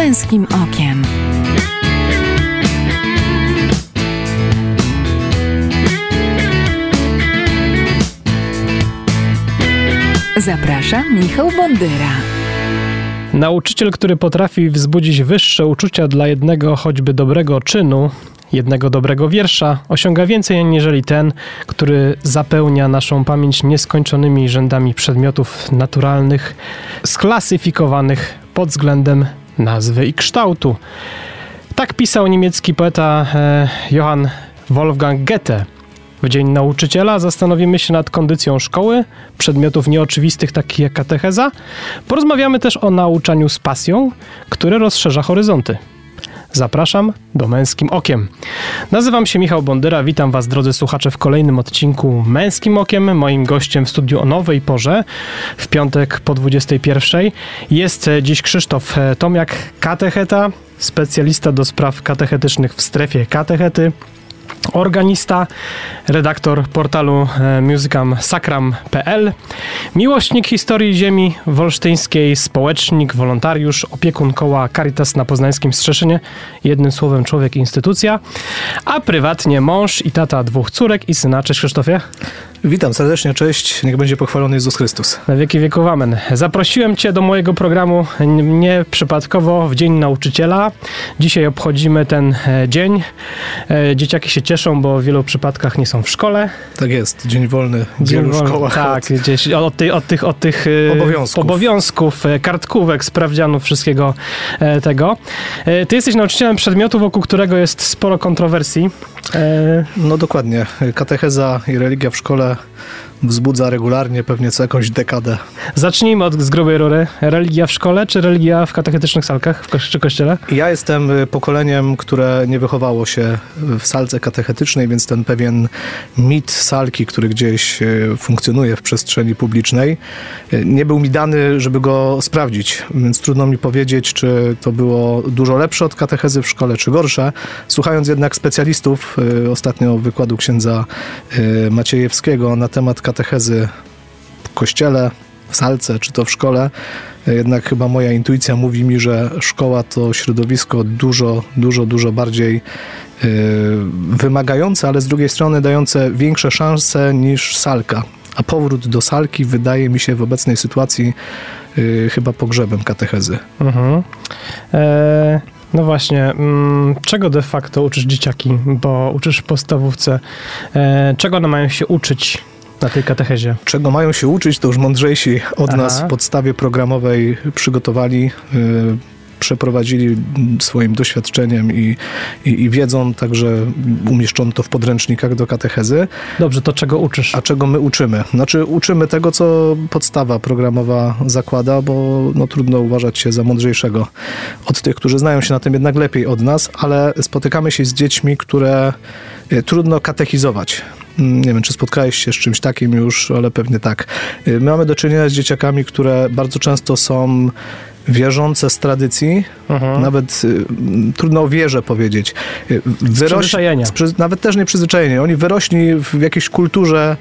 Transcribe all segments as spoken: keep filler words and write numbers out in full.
Męskim Okiem. Zaprasza Michał Bondyra. Nauczyciel, który potrafi wzbudzić wyższe uczucia dla jednego choćby dobrego czynu, jednego dobrego wiersza, osiąga więcej aniżeli ten, który zapełnia naszą pamięć nieskończonymi rzędami przedmiotów naturalnych, sklasyfikowanych pod względem nazwy i kształtu. Tak pisał niemiecki poeta e, Johann Wolfgang Goethe. W Dzień Nauczyciela zastanowimy się nad kondycją szkoły, przedmiotów nieoczywistych takich jak katecheza. Porozmawiamy też o nauczaniu z pasją, które rozszerza horyzonty. Zapraszam do Męskim Okiem. Nazywam się Michał Bondyra, witam Was, drodzy słuchacze, w kolejnym odcinku Męskim Okiem. Moim gościem w studiu o nowej porze, w piątek po dwudziestej pierwszej, jest dziś Krzysztof Tomiak, katecheta, specjalista do spraw katechetycznych w strefie katechety, organista, redaktor portalu musicam sacram kropka p l, miłośnik historii ziemi wolsztyńskiej, społecznik, wolontariusz, opiekun koła Caritas na poznańskim Strzeszynie, jednym słowem człowiek instytucja, a prywatnie mąż i tata dwóch córek i syna. Cześć Krzysztofie. Witam serdecznie, cześć, niech będzie pochwalony Jezus Chrystus. Na wieki wieków amen. Zaprosiłem Cię do mojego programu nie przypadkowo w Dzień Nauczyciela. Dzisiaj obchodzimy ten dzień. Dzieciaki się cieszą, bo w wielu przypadkach nie są w szkole. Tak jest, dzień wolny w dzień wielu wolny, szkołach. Tak, od, gdzieś od, ty, od tych, od tych obowiązków. obowiązków, kartkówek, sprawdzianów, wszystkiego tego. Ty jesteś nauczycielem przedmiotu, wokół którego jest sporo kontrowersji. No dokładnie. Katecheza i religia w szkole wzbudza regularnie, pewnie co jakąś dekadę. Zacznijmy od z grubej rury. Religia w szkole, czy religia w katechetycznych salkach, w ko- czy kościele? Ja jestem pokoleniem, które nie wychowało się w salce katechetycznej, więc ten pewien mit salki, który gdzieś funkcjonuje w przestrzeni publicznej, nie był mi dany, żeby go sprawdzić, więc trudno mi powiedzieć, czy to było dużo lepsze od katechezy w szkole, czy gorsze. Słuchając jednak specjalistów, ostatnio wykładu księdza Maciejewskiego na temat katechezy w kościele, w salce, czy to w szkole, jednak chyba moja intuicja mówi mi, że szkoła to środowisko dużo, dużo, dużo bardziej yy, wymagające, ale z drugiej strony dające większe szanse niż salka. A powrót do salki wydaje mi się w obecnej sytuacji yy, chyba pogrzebem katechezy. Mhm. E- No właśnie, czego de facto uczysz dzieciaki, bo uczysz w podstawówce, czego one mają się uczyć na tej katechezie? Czego mają się uczyć, to już mądrzejsi od Aha. nas w podstawie programowej przygotowali, yy, przeprowadzili swoim doświadczeniem i, i, i wiedzą, także umieszczono to w podręcznikach do katechezy. Dobrze, to czego uczysz? A czego my uczymy? Znaczy uczymy tego, co podstawa programowa zakłada, bo no, trudno uważać się za mądrzejszego od tych, którzy znają się na tym jednak lepiej od nas, ale spotykamy się z dziećmi, które trudno katechizować. Nie wiem, czy spotkałeś się z czymś takim już, ale pewnie tak. My mamy do czynienia z dzieciakami, które bardzo często są wierzące z tradycji, mhm. nawet y, trudno o wierze powiedzieć. Wyroś... Przyzwyczajenia. Przy, nawet też nie przyzwyczajenie. Oni wyrośli w jakiejś kulturze,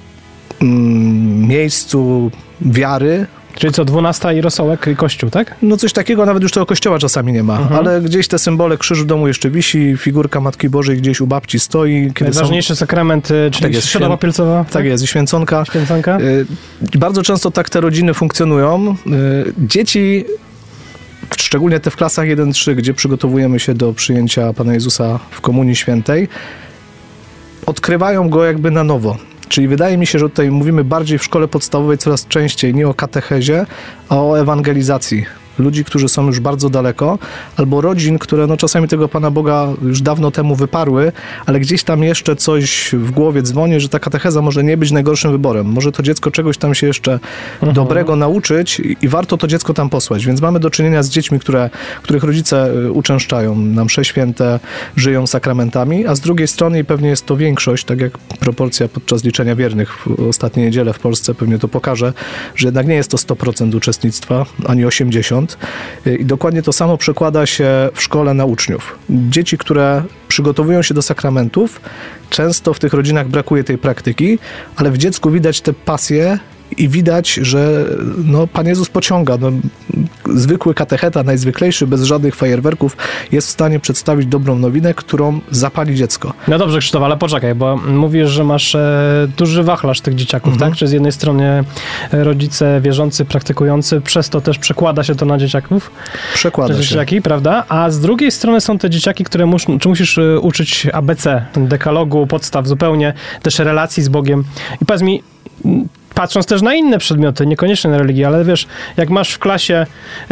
mm, miejscu wiary. Czyli co, dwunasta i rosołek i kościół, tak? No coś takiego, nawet już tego kościoła czasami nie ma, mhm. ale gdzieś te symbole, krzyż w domu jeszcze wisi, figurka Matki Bożej gdzieś u babci stoi. Kiedy Najważniejszy są... sakrament, czyli tak jest, środa popielcowa. Tak, tak jest, i święconka. Święconka. Bardzo często tak te rodziny funkcjonują. Dzieci, szczególnie te w klasach jeden trzy, gdzie przygotowujemy się do przyjęcia Pana Jezusa w Komunii Świętej, odkrywają go jakby na nowo. Czyli wydaje mi się, że tutaj mówimy bardziej w szkole podstawowej coraz częściej nie o katechezie, a o ewangelizacji. Ludzi, którzy są już bardzo daleko, albo rodzin, które no czasami tego Pana Boga już dawno temu wyparły, ale gdzieś tam jeszcze coś w głowie dzwoni, że ta katecheza może nie być najgorszym wyborem. Może to dziecko czegoś tam się jeszcze mhm. dobrego nauczyć i warto to dziecko tam posłać. Więc mamy do czynienia z dziećmi, które, których rodzice uczęszczają na msze święte, żyją sakramentami, a z drugiej strony, i pewnie jest to większość, tak jak proporcja podczas liczenia wiernych w ostatniej niedzielę w Polsce pewnie to pokaże, że jednak nie jest to sto procent uczestnictwa, ani osiemdziesiąt procent. I dokładnie to samo przekłada się w szkole na uczniów. Dzieci, które przygotowują się do sakramentów, często w tych rodzinach brakuje tej praktyki, ale w dziecku widać tę pasję i widać, że no, Pan Jezus pociąga. No, zwykły katecheta, najzwyklejszy, bez żadnych fajerwerków, jest w stanie przedstawić dobrą nowinę, którą zapali dziecko. No dobrze, Krzysztof, ale poczekaj, bo mówisz, że masz e, duży wachlarz tych dzieciaków, Mhm. tak? Czy z jednej strony rodzice wierzący, praktykujący, przez to też przekłada się to na dzieciaków? Przekłada Te się. dzieciaki, prawda? A z drugiej strony są te dzieciaki, które mus, czy musisz e, uczyć A B C, dekalogu, podstaw zupełnie, też relacji z Bogiem. I powiedz mi, m, patrząc też na inne przedmioty, niekoniecznie na religię, ale wiesz, jak masz w klasie,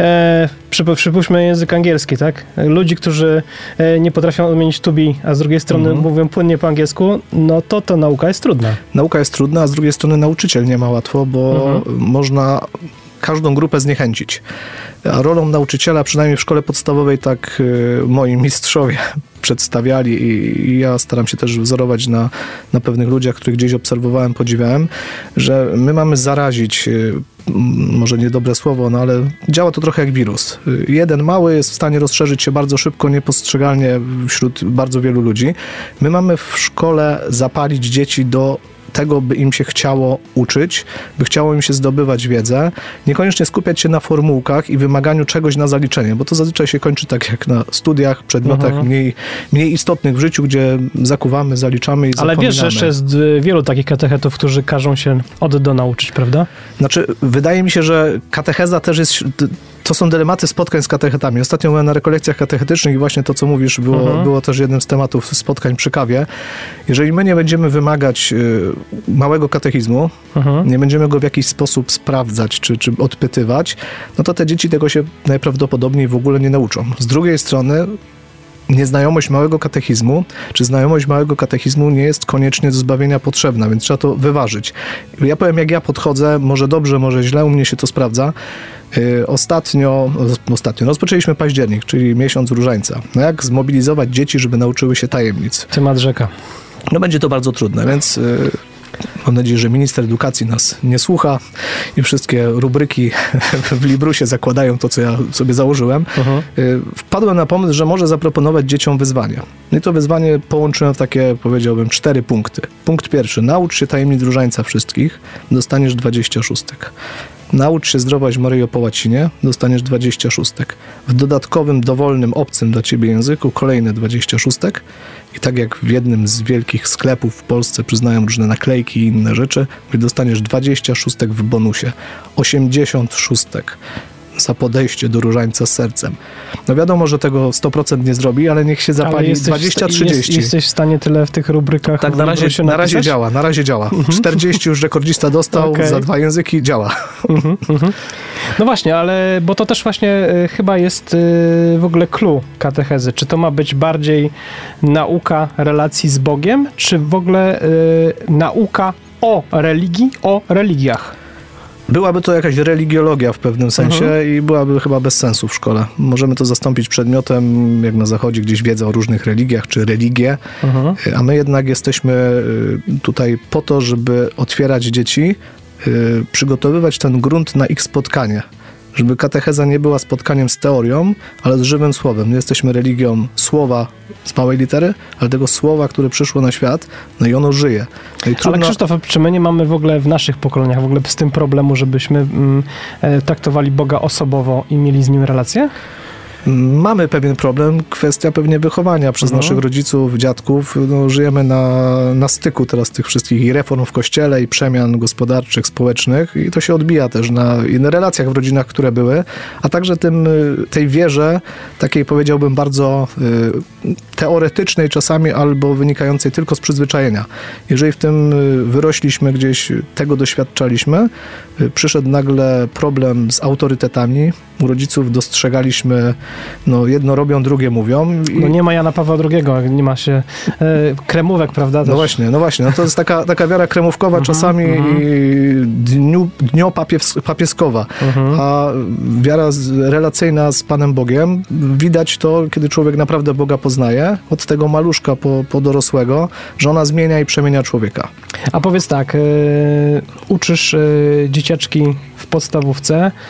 e, przyp- przypuśćmy język angielski, tak? Ludzi, którzy e, nie potrafią odmienić to be, a z drugiej strony Mhm. mówią płynnie po angielsku, no to to nauka jest trudna. Nauka jest trudna, a z drugiej strony nauczyciel nie ma łatwo, bo Mhm. można każdą grupę zniechęcić. A rolą nauczyciela, przynajmniej w szkole podstawowej, tak y, moi mistrzowie przedstawiali i, i ja staram się też wzorować na, na pewnych ludziach, których gdzieś obserwowałem, podziwiałem, że my mamy zarazić, y, m, może niedobre słowo, no ale działa to trochę jak wirus. Y, jeden mały jest w stanie rozszerzyć się bardzo szybko, niepostrzegalnie wśród bardzo wielu ludzi. My mamy w szkole zapalić dzieci do tego, by im się chciało uczyć, by chciało im się zdobywać wiedzę, niekoniecznie skupiać się na formułkach i wymaganiu czegoś na zaliczenie, bo to zazwyczaj się kończy tak jak na studiach, przedmiotach Mhm. mniej, mniej istotnych w życiu, gdzie zakuwamy, zaliczamy i Ale zapominamy. wiesz, że jeszcze jest y, wielu takich katechetów, którzy każą się od do nauczyć, prawda? Znaczy, wydaje mi się, że katecheza też jest... To są dylematy spotkań z katechetami. Ostatnio byłem na rekolekcjach katechetycznych i właśnie to, co mówisz, było, Mhm. było też jednym z tematów spotkań przy kawie. Jeżeli my nie będziemy wymagać y, małego katechizmu, Mhm. nie będziemy go w jakiś sposób sprawdzać czy, czy odpytywać, no to te dzieci tego się najprawdopodobniej w ogóle nie nauczą. Z drugiej strony nieznajomość małego katechizmu, czy znajomość małego katechizmu nie jest koniecznie do zbawienia potrzebna, więc trzeba to wyważyć. Ja powiem, jak ja podchodzę, może dobrze, może źle, u mnie się to sprawdza. Yy, ostatnio, ostatnio rozpoczęliśmy październik, czyli miesiąc różańca. No jak zmobilizować dzieci, żeby nauczyły się tajemnic? Temat rzeka. No będzie to bardzo trudne, więc yy, mam nadzieję, że minister edukacji nas nie słucha i wszystkie rubryki w Librusie zakładają to, co ja sobie założyłem. Mhm. Yy, Wpadłem na pomysł, że może zaproponować dzieciom wyzwanie. No i to wyzwanie połączyłem w takie, powiedziałbym, cztery punkty. Punkt pierwszy. Naucz się tajemnic różańca wszystkich, dostaniesz dwadzieścia szóstek. Naucz się zdrowaś Maryjo po łacinie, dostaniesz dwadzieścia szóstek. W dodatkowym, dowolnym, obcym dla ciebie języku kolejne dwadzieścia szóstek. I tak jak w jednym z wielkich sklepów w Polsce przyznają różne naklejki i inne rzeczy, dostaniesz dwadzieścia szóstek w bonusie. osiemdziesiąt szóstek za podejście do różańca z sercem. No wiadomo, że tego sto procent nie zrobi, ale niech się Ale zapali jesteś w dwadzieścia sta- trzydzieści. Jest, jesteś w stanie tyle w tych rubrykach Tak, w na razie, Librusie na razie napisać? działa, na razie działa. czterdzieści już rekordzista dostał, Okej. za dwa języki działa. Mhm, mhm. No właśnie, ale bo to też właśnie y, chyba jest y, w ogóle clue katechezy. Czy to ma być bardziej nauka relacji z Bogiem, czy w ogóle y, nauka o religii, o religiach? Byłaby to jakaś religiologia w pewnym sensie Mhm. i byłaby chyba bez sensu w szkole. Możemy to zastąpić przedmiotem, jak na zachodzie, gdzieś wiedza o różnych religiach, czy religie, Mhm. a my jednak jesteśmy y, tutaj po to, żeby otwierać dzieci, y, przygotowywać ten grunt na ich spotkanie. Żeby katecheza nie była spotkaniem z teorią, ale z żywym słowem. My jesteśmy religią słowa z małej litery, ale tego słowa, które przyszło na świat, no i ono żyje. No i Ale trudno... Krzysztof, czy my nie mamy w ogóle w naszych pokoleniach w ogóle z tym problemu, żebyśmy mm, e, traktowali Boga osobowo i mieli z Nim relację? Mamy pewien problem, kwestia pewnie wychowania przez Mhm. naszych rodziców, dziadków. No, żyjemy na, na styku teraz tych wszystkich i reform w kościele, i przemian gospodarczych, społecznych i to się odbija też na, i na relacjach w rodzinach, które były, a także tym, y, tej wierze, takiej powiedziałbym bardzo y, teoretycznej czasami, albo wynikającej tylko z przyzwyczajenia. Jeżeli w tym y, wyrośliśmy gdzieś, tego doświadczaliśmy, y, przyszedł nagle problem z autorytetami. U rodziców dostrzegaliśmy, no jedno robią, drugie mówią. I... No nie ma Jana Pawła drugiego, nie ma się e, kremówek, prawda? No też. właśnie, no właśnie. No to jest taka, taka wiara kremówkowa czasami mhm. i dniu, dniopapiews- papieskowa. Mhm. A wiara z, relacyjna z Panem Bogiem, widać to, kiedy człowiek naprawdę Boga poznaje, od tego maluszka po, po dorosłego, że ona zmienia i przemienia człowieka. A powiedz tak, e, uczysz e, dzieciaczki w podstawówce,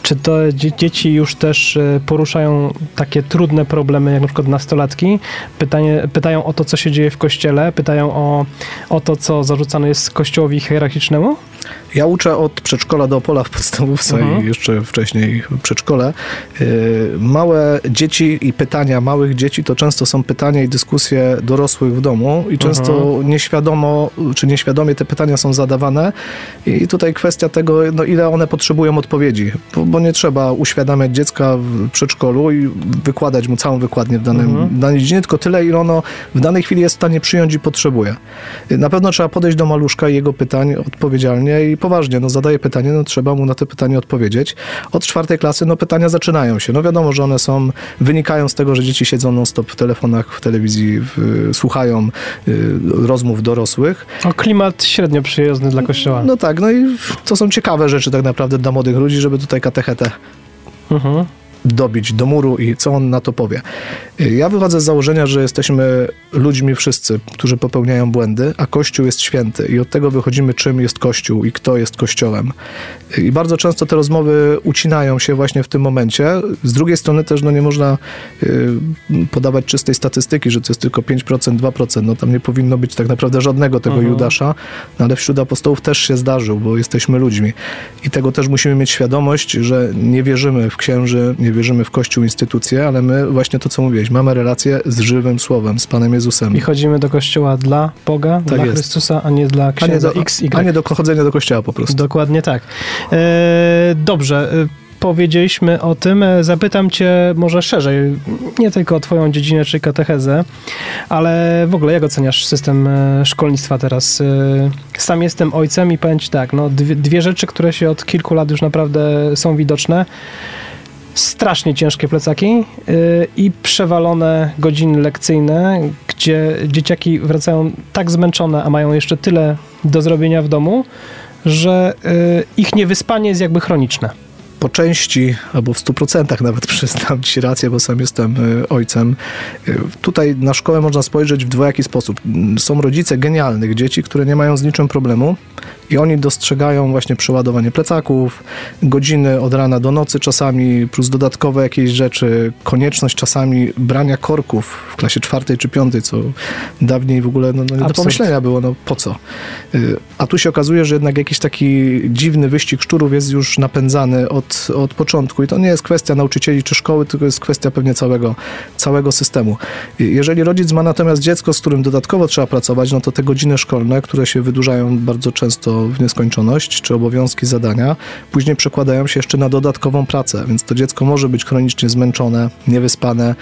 Czy to dzie- dzieci już też e, poruszają takie trudne problemy, jak na przykład nastolatki? Pytanie, pytają o to, co się dzieje w kościele? Pytają o, o to, co zarzucane jest kościołowi hierarchicznemu? Ja uczę od przedszkola do Opola w podstawówce Mhm. i jeszcze wcześniej w przedszkole. Yy, Małe dzieci i pytania małych dzieci to często są pytania i dyskusje dorosłych w domu i często Mhm. nieświadomo, czy nieświadomie te pytania są zadawane i tutaj kwestia tego, no ile one potrzebują odpowiedzi, bo, bo nie trzeba uświadamiać dziecka w przedszkolu i wykładać mu całą wykładnię w danym, Mhm. danej dziedzinie, tylko tyle, ile ono w danej chwili jest w stanie przyjąć i potrzebuje. Yy, Na pewno trzeba podejść do maluszka i jego pytań odpowiedzialnie i poważnie, no zadaje pytanie, no trzeba mu na te pytanie odpowiedzieć. Od czwartej klasy, no pytania zaczynają się. No wiadomo, że one są, wynikają z tego, że dzieci siedzą non-stop w telefonach, w telewizji, w, słuchają y, rozmów dorosłych. O, klimat średnio przyjazny dla kościoła. No tak, no i to są ciekawe rzeczy tak naprawdę dla młodych ludzi, żeby tutaj katechetę Mhm. dobić do muru i co on na to powie. Ja wychodzę z założenia, że jesteśmy ludźmi wszyscy, którzy popełniają błędy, a Kościół jest święty i od tego wychodzimy, czym jest Kościół i kto jest Kościołem. I bardzo często te rozmowy ucinają się właśnie w tym momencie. Z drugiej strony też no, nie można y, podawać czystej statystyki, że to jest tylko pięć procent, dwa procent. No tam nie powinno być tak naprawdę żadnego tego Mhm. Judasza, no, ale wśród apostołów też się zdarzył, bo jesteśmy ludźmi. I tego też musimy mieć świadomość, że nie wierzymy w księży, nie wierzymy w Kościół, instytucje, ale my właśnie to, co mówiłeś, mamy relację z żywym Słowem, z Panem Jezusem. I chodzimy do kościoła dla Boga, Tak dla jest. Chrystusa, a nie dla A nie, księdza do, X Y. a nie do chodzenia do kościoła po prostu. Dokładnie tak. E, dobrze, e, powiedzieliśmy o tym. E, Zapytam cię może szerzej, nie tylko o twoją dziedzinę czy katechezę, ale w ogóle jak oceniasz system e, szkolnictwa teraz? E, Sam jestem ojcem i powiem ci tak, no dwie, dwie rzeczy, które się od kilku lat już naprawdę są widoczne. Strasznie ciężkie plecaki yy, i przewalone godziny lekcyjne, gdzie dzieciaki wracają tak zmęczone, a mają jeszcze tyle do zrobienia w domu, że yy, ich niewyspanie jest jakby chroniczne. Po części, albo w stu procentach nawet przyznam ci rację, bo sam jestem y, ojcem. Y, tutaj na szkołę można spojrzeć w dwojaki sposób. Są rodzice genialnych dzieci, które nie mają z niczym problemu i oni dostrzegają właśnie przeładowanie plecaków, godziny od rana do nocy czasami, plus dodatkowe jakieś rzeczy, konieczność czasami brania korków w klasie czwartej czy piątej, co dawniej w ogóle no, no nie do Absurd. pomyślenia było, no po co? Y, A tu się okazuje, że jednak jakiś taki dziwny wyścig szczurów jest już napędzany od od początku i to nie jest kwestia nauczycieli czy szkoły, tylko jest kwestia pewnie całego, całego systemu. Jeżeli rodzic ma natomiast dziecko, z którym dodatkowo trzeba pracować, no to te godziny szkolne, które się wydłużają bardzo często w nieskończoność, czy obowiązki, zadania, później przekładają się jeszcze na dodatkową pracę, więc to dziecko może być chronicznie zmęczone, niewyspane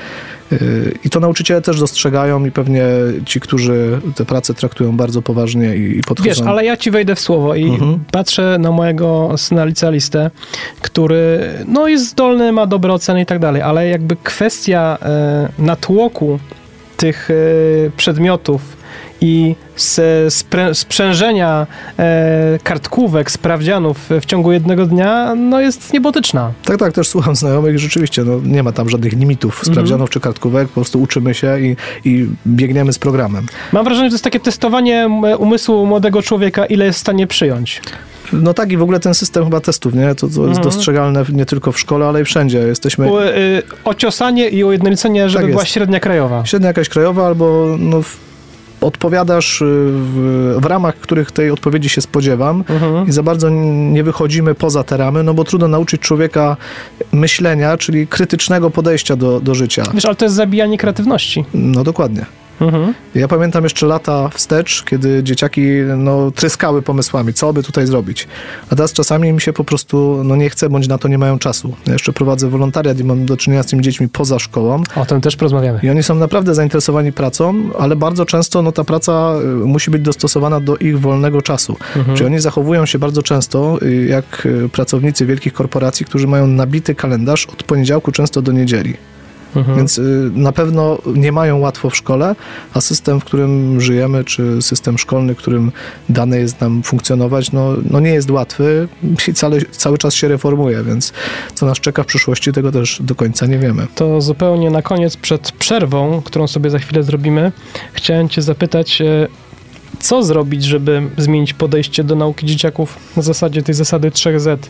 i to nauczyciele też dostrzegają i pewnie ci, którzy tę pracę traktują bardzo poważnie i, i podchodzą. Wiesz, ale ja ci wejdę w słowo i Mhm. patrzę na mojego syna licealistę, który no, jest zdolny, ma dobre oceny i tak dalej, ale jakby kwestia e, natłoku tych e, przedmiotów i z, sprę, sprzężenia e, kartkówek, sprawdzianów w ciągu jednego dnia, no jest niebotyczna. Tak, tak, też słucham znajomych i rzeczywiście no, nie ma tam żadnych limitów sprawdzianów czy kartkówek, po prostu uczymy się i, i biegniemy z programem. Mam wrażenie, że to jest takie testowanie umysłu młodego człowieka, ile jest w stanie przyjąć. No tak i w ogóle ten system chyba testów, nie? To, to jest Mhm. dostrzegalne nie tylko w szkole, ale i wszędzie. Jesteśmy U, y, ociosanie i ujednolicenie, żeby Tak była jest. średnia krajowa. średnia jakaś krajowa albo no, w, odpowiadasz y, w, w ramach, których tej odpowiedzi się spodziewam Mhm. i za bardzo nie wychodzimy poza te ramy, no bo trudno nauczyć człowieka myślenia, czyli krytycznego podejścia do, do życia. Wiesz, ale to jest zabijanie kreatywności. No dokładnie. Mhm. Ja pamiętam jeszcze lata wstecz, kiedy dzieciaki no, tryskały pomysłami, co by tutaj zrobić. A teraz czasami im się po prostu no, nie chce, bądź na to nie mają czasu. Ja jeszcze prowadzę wolontariat i mam do czynienia z tymi dziećmi poza szkołą. O tym też porozmawiamy. I oni są naprawdę zainteresowani pracą, ale bardzo często no, ta praca y, musi być dostosowana do ich wolnego czasu. Mhm. Czyli oni zachowują się bardzo często y, jak y, pracownicy wielkich korporacji, którzy mają nabity kalendarz od poniedziałku często do niedzieli. Mhm. Więc y, na pewno nie mają łatwo w szkole, a system, w którym żyjemy, czy system szkolny, w którym dane jest nam funkcjonować, no, no nie jest łatwy i cały, cały czas się reformuje, więc co nas czeka w przyszłości, tego też do końca nie wiemy. To zupełnie na koniec, przed przerwą, którą sobie za chwilę zrobimy, chciałem cię zapytać, e, co zrobić, żeby zmienić podejście do nauki dzieciaków na zasadzie tej zasady trzech zet?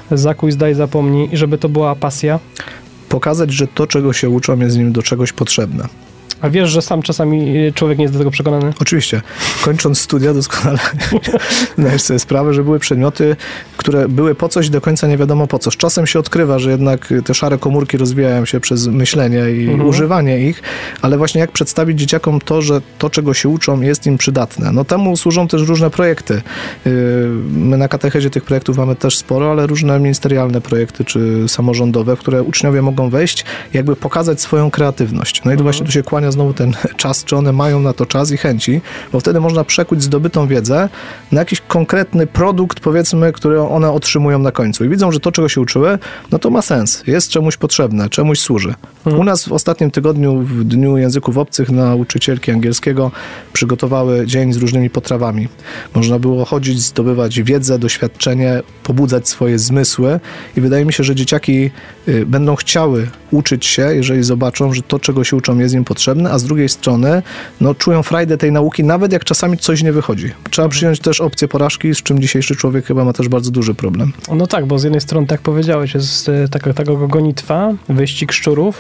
zakuj, zdaj, zapomnij i żeby to była pasja? Pokazać, że to, czego się uczą, jest im do czegoś potrzebne. A wiesz, że sam czasami człowiek nie jest do tego przekonany? Oczywiście. Kończąc studia doskonale zdajesz sobie sprawę, że były przedmioty, które były po coś, do końca nie wiadomo po co. Z czasem się odkrywa, że jednak te szare komórki rozwijają się przez myślenie i mhm. używanie ich, ale właśnie jak przedstawić dzieciakom to, że to, czego się uczą, jest im przydatne. No temu służą też różne projekty. My na katechezie tych projektów mamy też sporo, ale różne ministerialne projekty czy samorządowe, w które uczniowie mogą wejść, jakby pokazać swoją kreatywność. No i mhm. właśnie tu się kłania znowu ten czas, czy one mają na to czas i chęci, bo wtedy można przekuć zdobytą wiedzę na jakiś konkretny produkt, powiedzmy, który one otrzymują na końcu. I widzą, że to, czego się uczyły, no to ma sens, jest czemuś potrzebne, czemuś służy. Mhm. U nas w ostatnim tygodniu, w Dniu Języków Obcych, nauczycielki angielskiego przygotowały dzień z różnymi potrawami. Można było chodzić, zdobywać wiedzę, doświadczenie, pobudzać swoje zmysły i wydaje mi się, że dzieciaki y, będą chciały uczyć się, jeżeli zobaczą, że to, czego się uczą, jest im potrzebne, a z drugiej strony no, czują frajdę tej nauki, nawet jak czasami coś nie wychodzi. Trzeba przyjąć też opcję porażki, z czym dzisiejszy człowiek chyba ma też bardzo duży problem. No tak, bo z jednej strony, tak powiedziałeś, jest taka, taka gonitwa, wyścig szczurów.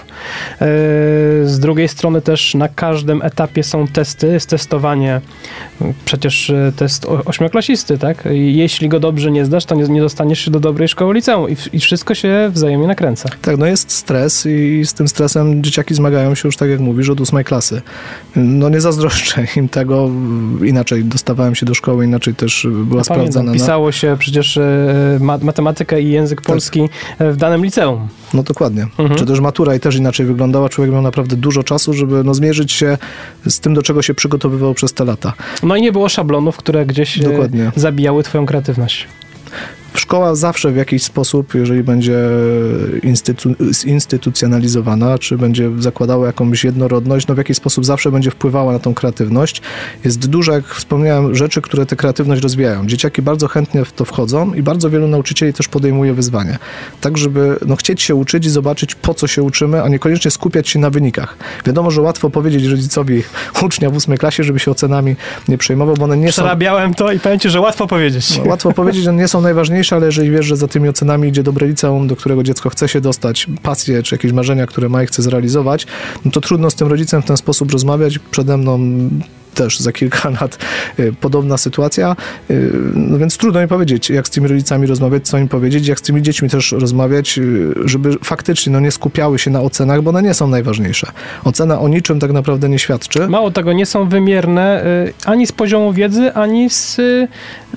Z drugiej strony też na każdym etapie są testy, jest testowanie, przecież test ośmioklasisty, tak? Jeśli go dobrze nie zdasz, to nie, nie dostaniesz się do dobrej szkoły liceum i, i wszystko się wzajemnie nakręca. Tak, no jest stres i z tym stresem dzieciaki zmagają się już, tak jak mówisz, od ósmej klasy. No nie zazdroszczę im tego, inaczej dostawałem się do szkoły, inaczej też była ja sprawdzana. Pamiętam, pisało się przecież matematykę i język polski tak. w danym liceum. No dokładnie. Mhm. Czy też matura i też inaczej wyglądała. Człowiek miał naprawdę dużo czasu, żeby no, zmierzyć się z tym, do czego się przygotowywał przez te lata. No i nie było szablonów, które gdzieś dokładnie zabijały twoją kreatywność. Szkoła zawsze w jakiś sposób, jeżeli będzie instytu- zinstytucjonalizowana, czy będzie zakładała jakąś jednorodność, no w jakiś sposób zawsze będzie wpływała na tą kreatywność. Jest dużo, jak wspomniałem, rzeczy, które tę kreatywność rozwijają. Dzieciaki bardzo chętnie w to wchodzą i bardzo wielu nauczycieli też podejmuje wyzwanie. Tak, żeby no, chcieć się uczyć i zobaczyć, po co się uczymy, a niekoniecznie skupiać się na wynikach. Wiadomo, że łatwo powiedzieć rodzicowi ucznia w ósmej klasie, żeby się ocenami nie przejmował, bo one nie są... Przerabiałem to i powiem ci, że łatwo powiedzieć. No, łatwo powiedzieć, że nie są najważniejsze, ale jeżeli wiesz, że za tymi ocenami idzie dobre liceum, do którego dziecko chce się dostać, pasje czy jakieś marzenia, które ma i chce zrealizować, no to trudno z tym rodzicem w ten sposób rozmawiać. Przede mną też za kilka lat y, podobna sytuacja, y, no więc trudno mi powiedzieć, jak z tymi rodzicami rozmawiać, co im powiedzieć, jak z tymi dziećmi też rozmawiać, y, żeby faktycznie no, nie skupiały się na ocenach, bo one nie są najważniejsze. Ocena o niczym tak naprawdę nie świadczy. Mało tego, nie są wymierne y, ani z poziomu wiedzy, ani z... Y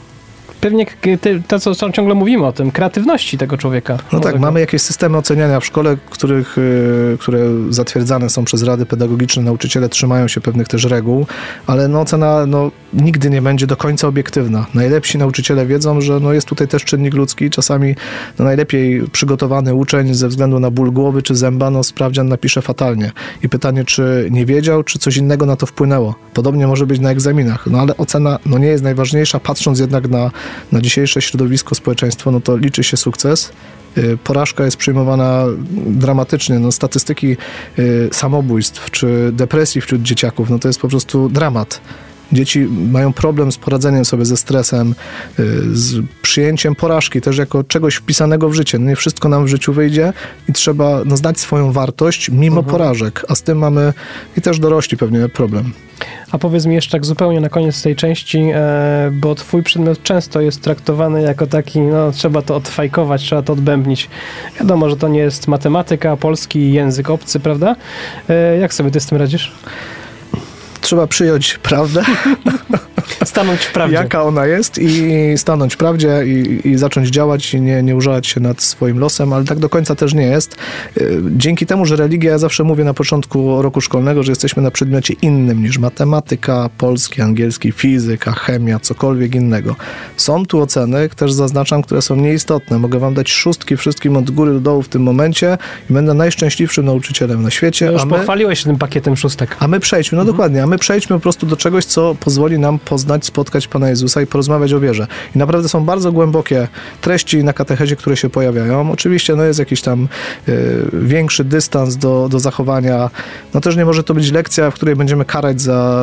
pewnie to, co ciągle mówimy o tym, kreatywności tego człowieka. No tak, mamy jakieś systemy oceniania w szkole, których, które zatwierdzane są przez rady pedagogiczne, nauczyciele trzymają się pewnych też reguł, ale no, ocena no, nigdy nie będzie do końca obiektywna. Najlepsi nauczyciele wiedzą, że no, jest tutaj też czynnik ludzki. Czasami no, najlepiej przygotowany uczeń ze względu na ból głowy czy zęba, no, sprawdzian napisze fatalnie. I pytanie, czy nie wiedział, czy coś innego na to wpłynęło. Podobnie może być na egzaminach, no ale ocena no, nie jest najważniejsza, patrząc jednak na na dzisiejsze środowisko, społeczeństwo, no to liczy się sukces. Porażka jest przyjmowana dramatycznie. No, statystyki samobójstw czy depresji wśród dzieciaków, no to jest po prostu dramat. Dzieci mają problem z poradzeniem sobie ze stresem, z przyjęciem porażki też jako czegoś wpisanego w życie. No nie wszystko nam w życiu wyjdzie i trzeba no, znać swoją wartość mimo mhm. porażek, a z tym mamy i też dorośli pewnie problem. A powiedz mi jeszcze tak zupełnie na koniec tej części, e, bo twój przedmiot często jest traktowany jako taki, no trzeba to odfajkować, trzeba to odbębnić. Wiadomo, że to nie jest matematyka, polski, język obcy, prawda? E, jak sobie ty z tym radzisz? Trzeba przyjąć prawdę. Stanąć w prawdzie. Jaka ona jest i stanąć w prawdzie i, i zacząć działać i nie, nie użalać się nad swoim losem, ale tak do końca też nie jest. Dzięki temu, że religia, ja zawsze mówię na początku roku szkolnego, że jesteśmy na przedmiocie innym niż matematyka, polski, angielski, fizyka, chemia, cokolwiek innego. Są tu oceny, też zaznaczam, które są nieistotne. Mogę wam dać szóstki wszystkim od góry do dołu w tym momencie i będę najszczęśliwszym nauczycielem na świecie. No już a my, pochwaliłeś się tym pakietem szóstek. A my przejdźmy, no mhm. dokładnie, a my przejdźmy po prostu do czegoś, co pozwoli nam poznać, spotkać Pana Jezusa i porozmawiać o wierze. I naprawdę są bardzo głębokie treści na katechezie, które się pojawiają. Oczywiście no jest jakiś tam y, większy dystans do, do zachowania. No też nie może to być lekcja, w której będziemy karać za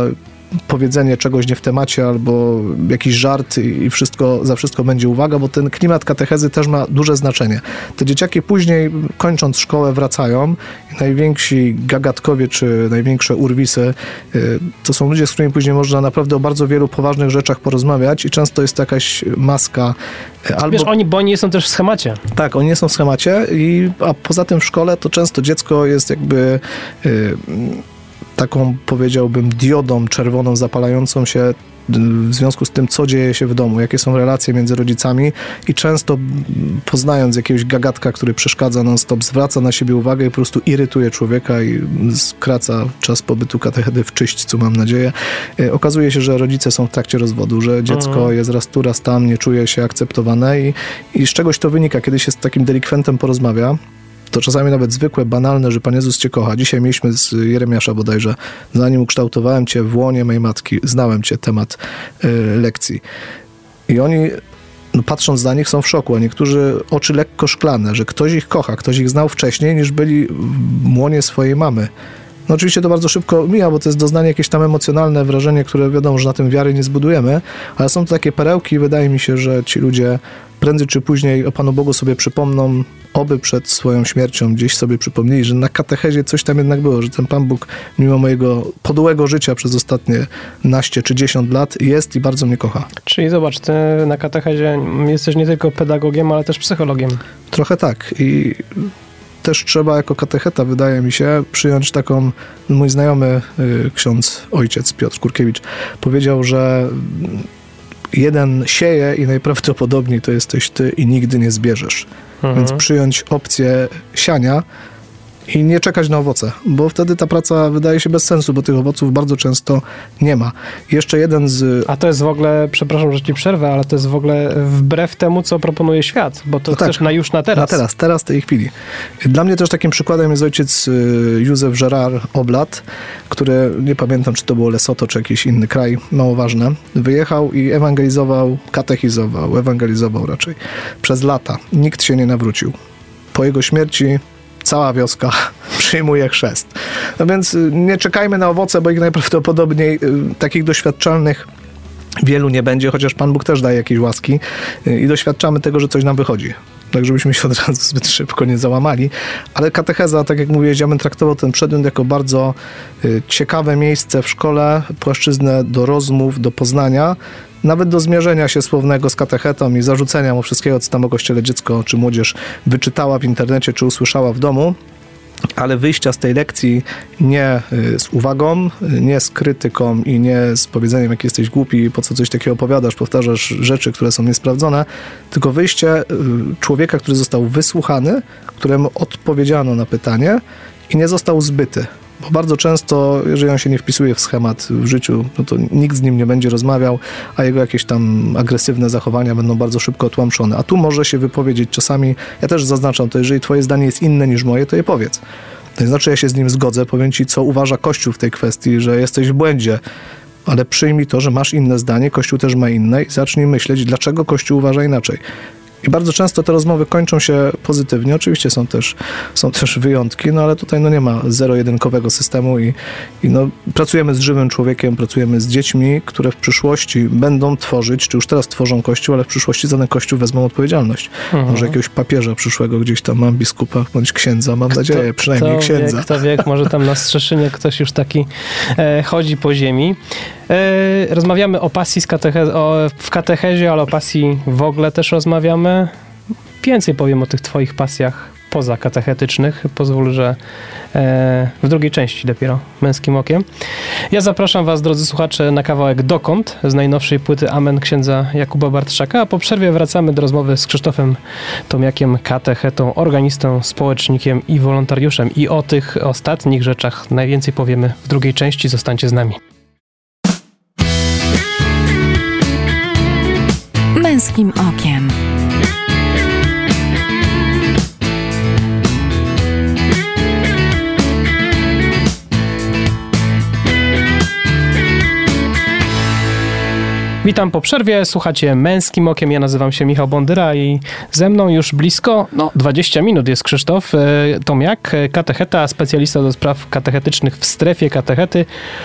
powiedzenie czegoś nie w temacie albo jakiś żart i wszystko, za wszystko będzie uwaga, bo ten klimat katechezy też ma duże znaczenie. Te dzieciaki później, kończąc szkołę, wracają i najwięksi gagatkowie czy największe urwisy to są ludzie, z którymi później można naprawdę o bardzo wielu poważnych rzeczach porozmawiać i często jest to jakaś maska. Albo... Wiesz, oni, bo oni nie są też w schemacie. Tak, oni nie są w schemacie, i, a poza tym w szkole to często dziecko jest jakby y, taką, powiedziałbym, diodą czerwoną zapalającą się w związku z tym, co dzieje się w domu, jakie są relacje między rodzicami i często poznając jakiegoś gagatka, który przeszkadza non-stop, zwraca na siebie uwagę i po prostu irytuje człowieka i skraca czas pobytu katechedy w czyśćcu, mam nadzieję. Okazuje się, że rodzice są w trakcie rozwodu, że dziecko mhm. jest raz tu, raz tam, nie czuje się akceptowane i, i z czegoś to wynika, kiedy się z takim delikwentem porozmawia. To czasami nawet zwykłe, banalne, że Pan Jezus Cię kocha. Dzisiaj mieliśmy z Jeremiasza bodajże, zanim ukształtowałem Cię w łonie mej matki, znałem Cię, temat y, lekcji. I oni, no, patrząc na nich, są w szoku, a niektórzy oczy lekko szklane, że ktoś ich kocha, ktoś ich znał wcześniej, niż byli w łonie swojej mamy. No oczywiście to bardzo szybko mija, bo to jest doznanie jakieś tam emocjonalne wrażenie, które wiadomo, że na tym wiary nie zbudujemy, ale są to takie perełki i wydaje mi się, że ci ludzie prędzej czy później o Panu Bogu sobie przypomną, oby przed swoją śmiercią gdzieś sobie przypomnieli, że na katechezie coś tam jednak było, że ten Pan Bóg mimo mojego podłego życia przez ostatnie naście czy dziesiąt lat jest i bardzo mnie kocha. Czyli zobacz, ty na katechezie jesteś nie tylko pedagogiem, ale też psychologiem. Trochę tak i też trzeba jako katecheta, wydaje mi się, przyjąć taką, mój znajomy y, ksiądz, ojciec Piotr Kurkiewicz powiedział, że jeden sieje i najprawdopodobniej to jesteś ty i nigdy nie zbierzesz. Mhm. Więc przyjąć opcję siania i nie czekać na owoce, bo wtedy ta praca wydaje się bez sensu, bo tych owoców bardzo często nie ma. Jeszcze jeden z... A to jest w ogóle, przepraszam, że ci przerwę, ale to jest w ogóle wbrew temu, co proponuje świat, bo to no chcesz tak, na już na teraz. Na teraz, teraz, w tej chwili. Dla mnie też takim przykładem jest ojciec Józef Gerard Oblat, który, nie pamiętam, czy to było Lesotho, czy jakiś inny kraj, mało ważne, wyjechał i ewangelizował, katechizował, ewangelizował raczej przez lata. Nikt się nie nawrócił. Po jego śmierci cała wioska przyjmuje chrzest. No więc nie czekajmy na owoce, bo ich najprawdopodobniej y, takich doświadczalnych wielu nie będzie, chociaż Pan Bóg też daje jakieś łaski y, i doświadczamy tego, że coś nam wychodzi. Tak, żebyśmy się od razu zbyt szybko nie załamali. Ale katecheza, tak jak mówiłeś, ja bym traktował ten przedmiot jako bardzo y, ciekawe miejsce w szkole, płaszczyznę do rozmów, do poznania, nawet do zmierzenia się słownego z katechetą i zarzucenia mu wszystkiego, co tam o Kościele dziecko czy młodzież wyczytała w internecie, czy usłyszała w domu, ale wyjścia z tej lekcji nie z uwagą, nie z krytyką i nie z powiedzeniem, jak jesteś głupi, po co coś takiego opowiadasz, powtarzasz rzeczy, które są niesprawdzone, tylko wyjście człowieka, który został wysłuchany, któremu odpowiedziano na pytanie i nie został zbyty. Bo bardzo często, jeżeli on się nie wpisuje w schemat w życiu, no to nikt z nim nie będzie rozmawiał, a jego jakieś tam agresywne zachowania będą bardzo szybko otłamszone. A tu może się wypowiedzieć czasami, ja też zaznaczam to, jeżeli twoje zdanie jest inne niż moje, to je powiedz. To znaczy, ja się z nim zgodzę, powiem ci, co uważa Kościół w tej kwestii, że jesteś w błędzie, ale przyjmij to, że masz inne zdanie, Kościół też ma inne i zacznij myśleć, dlaczego Kościół uważa inaczej. I bardzo często te rozmowy kończą się pozytywnie. Oczywiście są też, są też wyjątki, no ale tutaj no nie ma zero-jedynkowego systemu i, i no, pracujemy z żywym człowiekiem, pracujemy z dziećmi, które w przyszłości będą tworzyć, czy już teraz tworzą Kościół, ale w przyszłości za ten Kościół wezmą odpowiedzialność. Mhm. Może jakiegoś papieża przyszłego gdzieś tam, mam biskupa, bądź księdza, mam kto, nadzieję, przynajmniej kto księdza. Wie, kto wie, może tam na Strzeszynie ktoś już taki e, chodzi po ziemi. E, rozmawiamy o pasji z kateche- o, w katechezie, ale o pasji w ogóle też rozmawiamy. Więcej powiem o tych twoich pasjach poza katechetycznych. Pozwól, że e, w drugiej części dopiero Męskim Okiem. Ja zapraszam was, drodzy słuchacze, na kawałek Dokąd z najnowszej płyty Amen księdza Jakuba Bartszaka, a po przerwie wracamy do rozmowy z Krzysztofem Tomiakiem, katechetą, organistą, społecznikiem i wolontariuszem. I o tych ostatnich rzeczach najwięcej powiemy w drugiej części. Zostańcie z nami. Męskim Okiem. Witam po przerwie, słuchacie Męskim Okiem, ja nazywam się Michał Bondyra i ze mną już blisko, no dwadzieścia minut jest Krzysztof e, Tomiak, katecheta, specjalista do spraw katechetycznych w strefie katechety,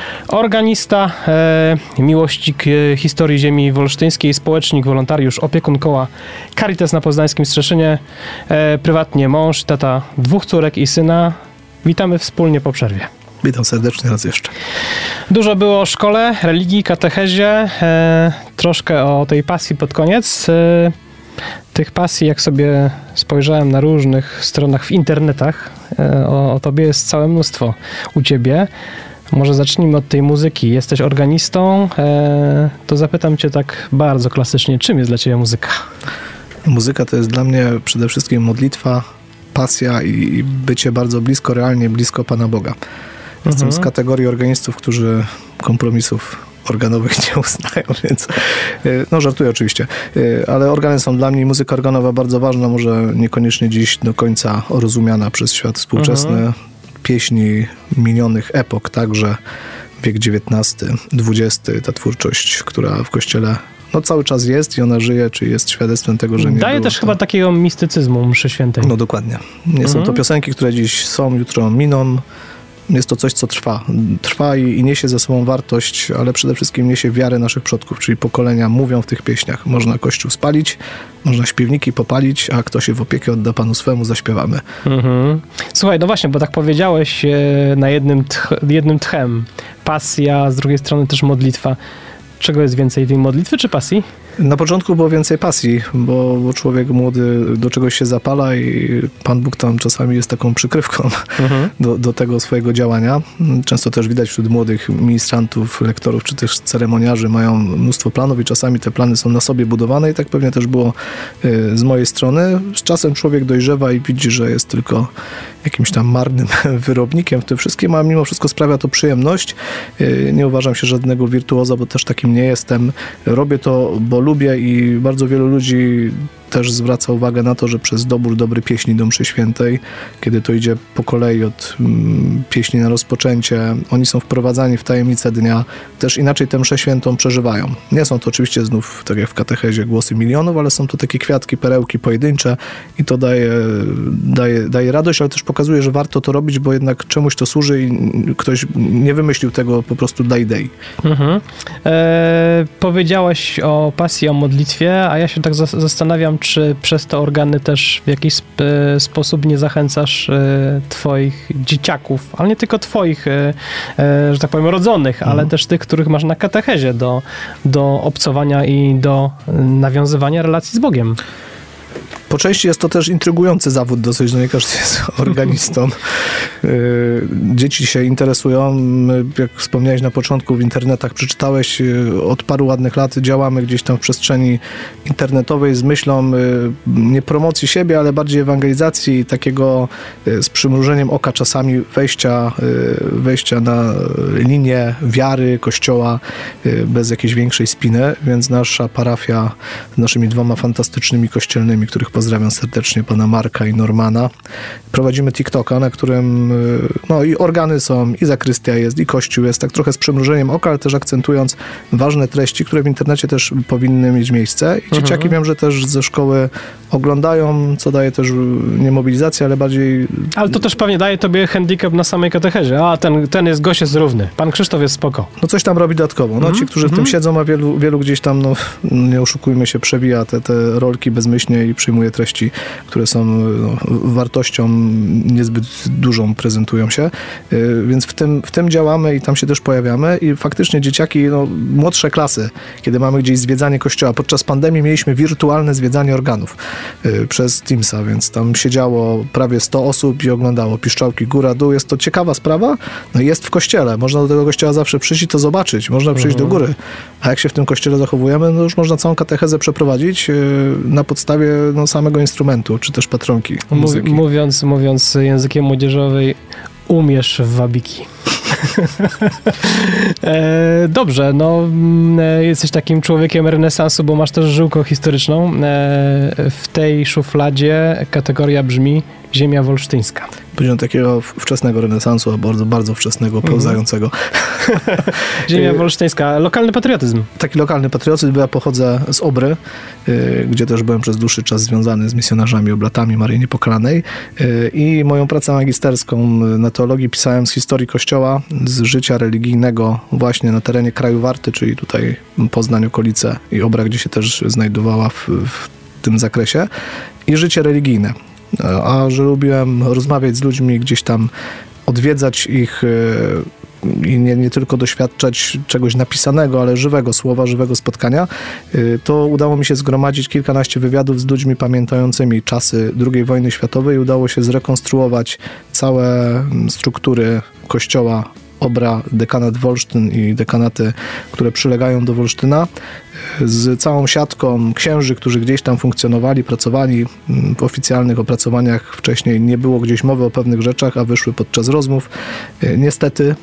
organista, e, miłośnik e, historii ziemi wolsztyńskiej, społecznik, wolontariusz, opiekun koła Caritas na Poznańskim Strzeszynie, e, prywatnie mąż, tata dwóch córek i syna. Witamy wspólnie po przerwie. Witam serdecznie raz jeszcze. Dużo było o szkole, religii, katechezie, e, troszkę o tej pasji pod koniec. E, tych pasji, jak sobie spojrzałem na różnych stronach w internetach, e, o, o tobie jest całe mnóstwo u ciebie. Może zacznijmy od tej muzyki. Jesteś organistą, e, to zapytam cię tak bardzo klasycznie, czym jest dla ciebie muzyka? Muzyka to jest dla mnie przede wszystkim modlitwa, pasja i bycie bardzo blisko, realnie blisko Pana Boga. Jestem Mhm. z kategorii organistów, którzy kompromisów organowych nie uznają, więc no żartuję oczywiście, ale organy są dla mnie, muzyka organowa bardzo ważna, może niekoniecznie dziś do końca rozumiana przez świat współczesny. Mhm. Pieśni minionych epok, także wiek dziewiętnasty, dwudziesty, ta twórczość, która w Kościele no cały czas jest i ona żyje, czy jest świadectwem tego, że nie Daje było też to... chyba takiego mistycyzmu mszy świętej. No dokładnie. Nie Mhm. są to piosenki, które dziś są, jutro miną. Jest to coś, co trwa. Trwa i, i niesie ze sobą wartość, ale przede wszystkim niesie wiarę naszych przodków, czyli pokolenia mówią w tych pieśniach. Można kościół spalić, można śpiewniki popalić, a kto się w opiekę odda Panu swemu, zaśpiewamy. Mhm. Słuchaj, no właśnie, bo tak powiedziałeś e, na jednym, tch, jednym tchem. Pasja, z drugiej strony też modlitwa. Czego jest więcej, tej modlitwy czy pasji? Na początku było więcej pasji, bo, bo człowiek młody do czegoś się zapala i Pan Bóg tam czasami jest taką przykrywką mhm. do, do tego swojego działania. Często też widać wśród młodych ministrantów, lektorów czy też ceremoniarzy mają mnóstwo planów i czasami te plany są na sobie budowane i tak pewnie też było y, z mojej strony. Z czasem człowiek dojrzewa i widzi, że jest tylko jakimś tam marnym wyrobnikiem w tym wszystkim, a mimo wszystko sprawia to przyjemność. Y, nie uważam się żadnego wirtuoza, bo też takim nie jestem. Robię to, bo lubię i bardzo wielu ludzi też zwraca uwagę na to, że przez dobór dobry pieśni do mszy świętej, kiedy to idzie po kolei od mm, pieśni na rozpoczęcie, oni są wprowadzani w tajemnicę dnia, też inaczej tę mszę świętą przeżywają. Nie są to oczywiście znów, tak jak w katechezie, głosy milionów, ale są to takie kwiatki, perełki pojedyncze i to daje, daje, daje radość, ale też pokazuje, że warto to robić, bo jednak czemuś to służy i ktoś nie wymyślił tego po prostu dla idei. Mhm. E, powiedziałeś o pasji, o modlitwie, a ja się tak za- zastanawiam, czy przez te organy też w jakiś sp- sposób nie zachęcasz e, twoich dzieciaków, ale nie tylko twoich, e, e, że tak powiem, rodzonych, mhm. ale też tych, których masz na katechezie do, do obcowania i do nawiązywania relacji z Bogiem. Po części jest to też intrygujący zawód dosyć, no nie każdy jest organistą. Dzieci się interesują, jak wspomniałeś na początku, w internetach przeczytałeś, od paru ładnych lat działamy gdzieś tam w przestrzeni internetowej z myślą nie promocji siebie, ale bardziej ewangelizacji i takiego z przymrużeniem oka czasami wejścia, wejścia na linię wiary Kościoła bez jakiejś większej spiny, więc nasza parafia z naszymi dwoma fantastycznymi kościelnymi, których pozdrawiam serdecznie, pana Marka i Normana. Prowadzimy TikToka, na którym no i organy są, i zakrystia jest, i kościół jest, tak trochę z przymrużeniem oka, ale też akcentując ważne treści, które w internecie też powinny mieć miejsce. I dzieciaki mhm. wiem, że też ze szkoły oglądają, co daje też nie mobilizację, ale bardziej... Ale to też pewnie daje tobie handicap na samej katechezie. A, ten, ten jest gość jest równy. Pan Krzysztof jest spoko. No coś tam robi dodatkowo. No mm-hmm. ci, którzy w tym siedzą, a wielu, wielu gdzieś tam, no nie oszukujmy się, przewija te, te rolki bezmyślnie i przyjmuje treści, które są no, wartością niezbyt dużą, prezentują się. Yy, więc w tym, w tym działamy i tam się też pojawiamy i faktycznie dzieciaki, no młodsze klasy, kiedy mamy gdzieś zwiedzanie kościoła. Podczas pandemii mieliśmy wirtualne zwiedzanie organów yy, przez Teamsa, więc tam siedziało prawie sto osób i oglądało piszczałki góra, dół. Jest to ciekawa sprawa. No jest w kościele. Można do tego kościoła zawsze przyjść i to zobaczyć. Można przyjść mhm. do góry. A jak się w tym kościele zachowujemy, no już można całą katechezę przeprowadzić yy, na podstawie no, samego instrumentu, czy też patronki muzyki. Mów, mówiąc, mówiąc językiem młodzieżowej, umiesz w wabiki. e, dobrze, no e, jesteś takim człowiekiem renesansu, bo masz też żyłkę historyczną. E, w tej szufladzie kategoria brzmi Ziemia Wolsztyńska. Powiedziałem takiego wczesnego renesansu, a bardzo, bardzo wczesnego, pełzającego. Ziemia wolsztyńska. Lokalny patriotyzm. Taki lokalny patriotyzm, bo ja pochodzę z Obry, y, gdzie też byłem przez dłuższy czas związany z misjonarzami, oblatami Maryi Niepokalanej y, i moją pracę magisterską na teologii pisałem z historii Kościoła, z życia religijnego właśnie na terenie kraju Warty, czyli tutaj Poznań, okolice i Obra, gdzie się też znajdowała w, w tym zakresie i życie religijne. A że lubiłem rozmawiać z ludźmi, gdzieś tam odwiedzać ich i nie, nie tylko doświadczać czegoś napisanego, ale żywego słowa, żywego spotkania, to udało mi się zgromadzić kilkanaście wywiadów z ludźmi pamiętającymi czasy drugiej wojny światowej i udało się zrekonstruować całe struktury Kościoła Obra, dekanat Wolsztyn i dekanaty, które przylegają do Wolsztyna, z całą siatką księży, którzy gdzieś tam funkcjonowali, pracowali. W oficjalnych opracowaniach wcześniej nie było gdzieś mowy o pewnych rzeczach, a wyszły podczas rozmów. Niestety,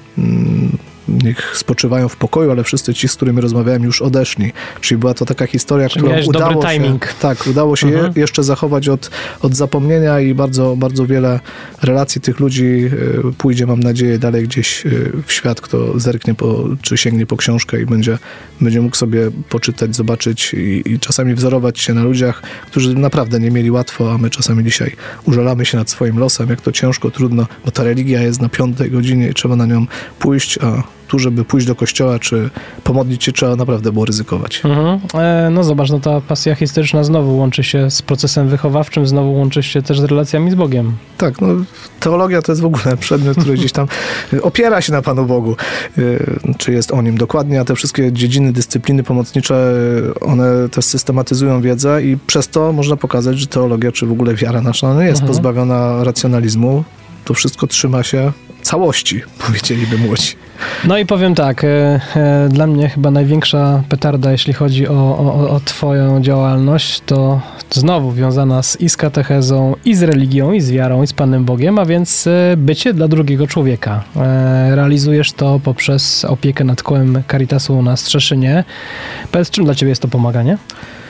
niech spoczywają w pokoju, ale wszyscy ci, z którymi rozmawiałem, już odeszli. Czyli była to taka historia, Czyli którą udało dobry się, timing. tak, udało się Mhm. je jeszcze zachować od, od zapomnienia i bardzo, bardzo wiele relacji tych ludzi pójdzie, mam nadzieję, dalej gdzieś w świat, kto zerknie po, czy sięgnie po książkę i będzie, będzie mógł sobie poczytać, zobaczyć i, i czasami wzorować się na ludziach, którzy naprawdę nie mieli łatwo, a my czasami dzisiaj użalamy się nad swoim losem, jak to ciężko, trudno, bo ta religia jest na piątej godzinie i trzeba na nią pójść, a tu, żeby pójść do kościoła, czy pomodlić się, trzeba naprawdę było ryzykować. Mhm. E, no zobacz, no ta pasja historyczna znowu łączy się z procesem wychowawczym, znowu łączy się też z relacjami z Bogiem. Tak, no teologia to jest w ogóle przedmiot, który gdzieś tam opiera się na Panu Bogu, czy jest o Nim dokładnie, a te wszystkie dziedziny, dyscypliny pomocnicze, one też systematyzują wiedzę i przez to można pokazać, że teologia, czy w ogóle wiara nasza nie jest mhm. pozbawiona racjonalizmu. To wszystko trzyma się całości, powiedzieliby młodzi. No i powiem tak, e, e, dla mnie chyba największa petarda, jeśli chodzi o, o, o twoją działalność, to znowu wiązana z, i z katechezą, i z religią, i z wiarą, i z Panem Bogiem, a więc e, bycie dla drugiego człowieka. E, realizujesz to poprzez opiekę nad kołem Caritasu na Strzeszynie. Powiedz, czym dla ciebie jest to pomaganie?